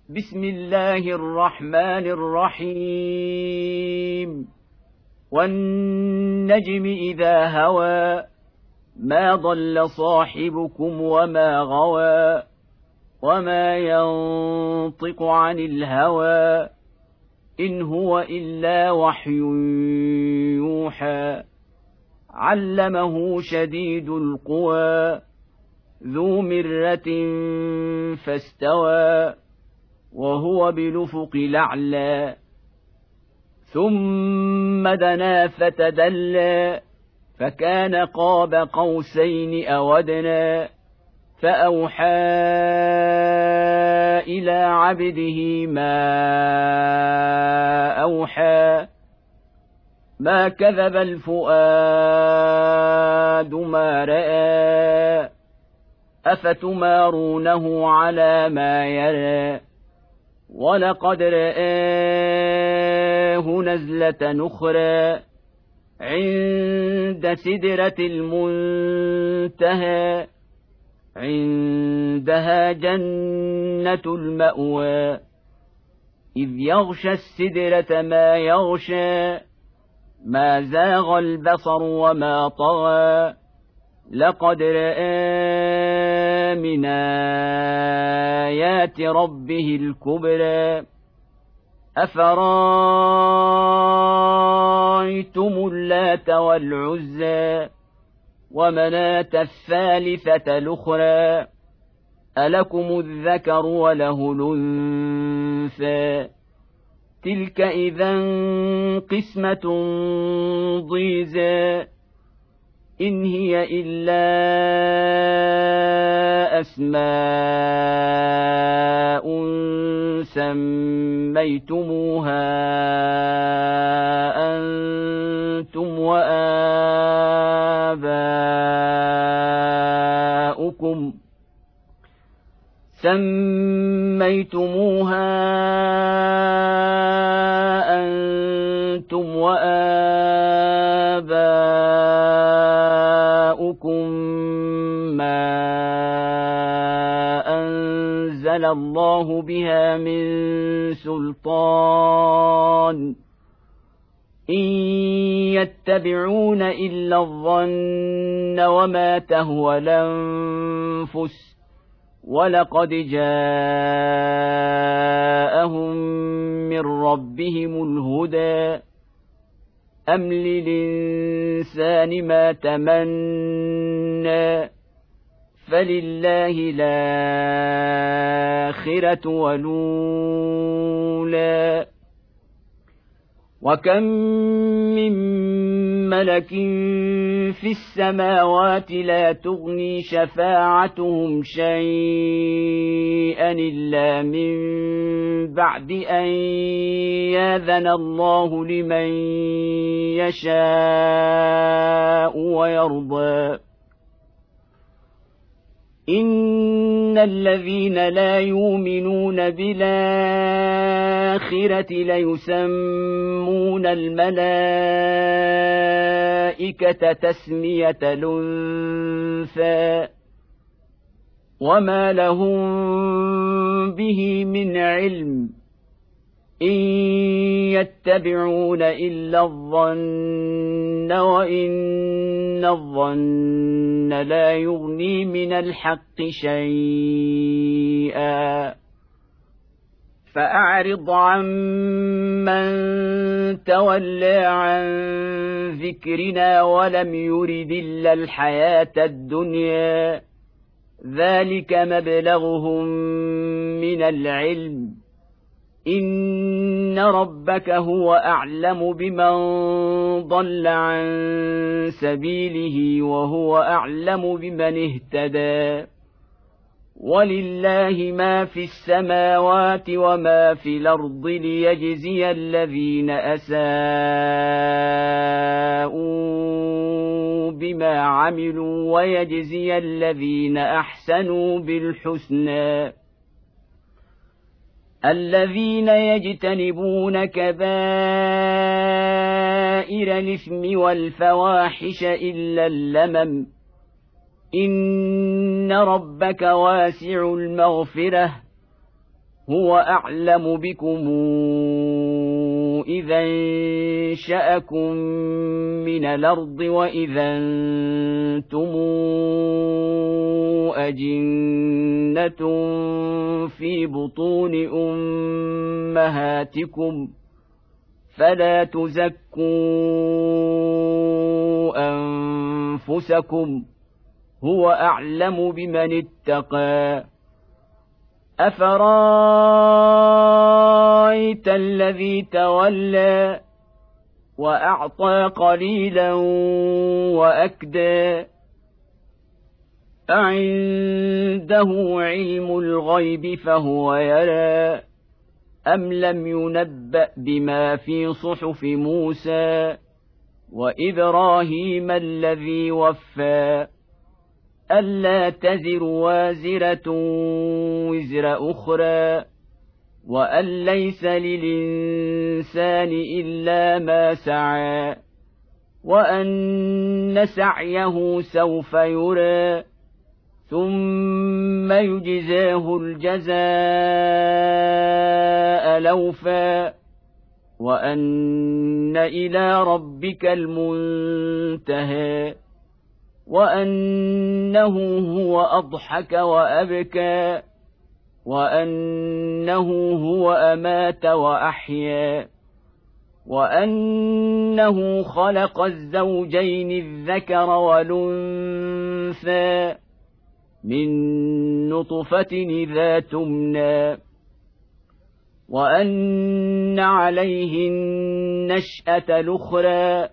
بسم الله الرحمن الرحيم والنجم إذا هوى ما ضل صاحبكم وما غوى وما ينطق عن الهوى إن هو إلا وحي يوحى علمه شديد القوى ذو مرة فاستوى وهو بالأفق الأعلى ثم دنا فتدلى فكان قاب قوسين أو أدنى فأوحى إلى عبده ما أوحى ما كذب الفؤاد ما رأى أفتمارونه على ما يرى ولقد رآه نزلة أخرى عند سدرة المنتهى عندها جنة المأوى إذ يغشى السدرة ما يغشى ما زاغ البصر وما طغى لقد رأى من آيات ربه الكبرى أفرأيتم اللات والعزى ومناة الثالثة الأخرى ألكم الذكر وله الأنثى تلك إذا قسمة ضيزى إن هي إلا أسماء سميتموها أنتم وآباؤكم ما أنزل الله بها من سلطان إن يتبعون إلا الظن وما تهوى الأنفس ولقد جاءهم من ربهم الهدى أم للإنسان ما تمنى فلله الآخرة والأولى وكم من ملك في السماوات لا تغني شفاعتهم شيئا إلا من بعد أن يأذن الله لمن يشاء ويرضى إن الذين لا يؤمنون بالآخرة ليسمون الملائكة تسمية الأنثى وما لهم به من علم إن يتبعون إلا الظن وإن الظن لا يغني من الحق شيئا فأعرض عمن تولى عن ذكرنا ولم يرد إلا الحياة الدنيا ذلك مبلغهم من العلم إن ربك هو أعلم بمن ضل عن سبيله وهو أعلم بمن اهتدى ولله ما في السماوات وما في الأرض ليجزي الذين أساءوا بما عملوا ويجزي الذين أحسنوا بالحسنى الذين يجتنبون كبائر الإثم والفواحش إلا اللمم إن ربك واسع المغفرة هو أعلم بكم إذا انشأكم من الأرض وإذا أنتم أجنة في بطون أمهاتكم فلا تزكوا أنفسكم هو أعلم بمن اتقى أفرأيت الذي تولى وأعطى قليلا وأكدى أعنده علم الغيب فهو يرى أم لم ينبأ بما في صحف موسى وإبراهيم الذي وفى ألا تزر وازرة وزر أخرى وأن ليس للإنسان إلا ما سعى وأن سعيه سوف يرى ثم يجزاه الجزاء الأوفى وأن إلى ربك المنتهى وأنه هو أضحك وأبكى وأنه هو أمات وأحيا وأنه خلق الزوجين الذكر والأنثى من نطفة إذا تمنى وأن عليه النشأة الأخرى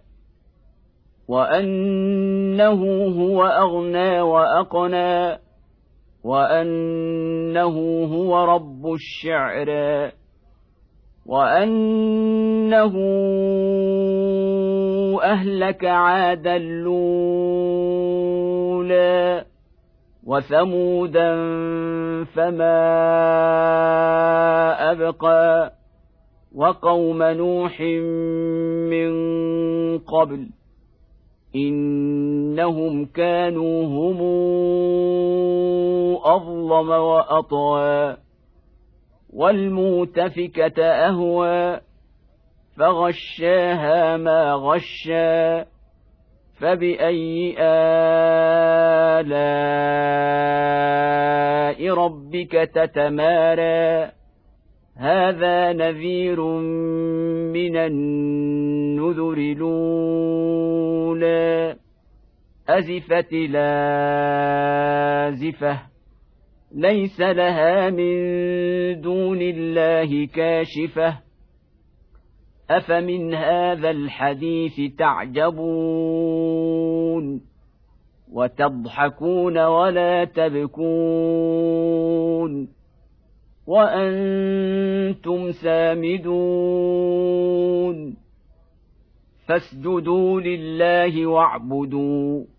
وأنه هو أغنى وأقنى وأنه هو رب الشعرى وأنه أهلك عادا الأولى وثمودا فما أبقى وقوم نوح من قبل إنهم كانوا هم أظلم وأطغى والمؤتفكة أهوى فغشاها ما غشى فبأي آلاء ربك تتمارى هذا نذير من النذر الأولى أزفت لازفة ليس لها من دون الله كاشفة أفمن هذا الحديث تعجبون وتضحكون ولا تبكون وأنتم سامدون فاسجدوا لله واعبدوا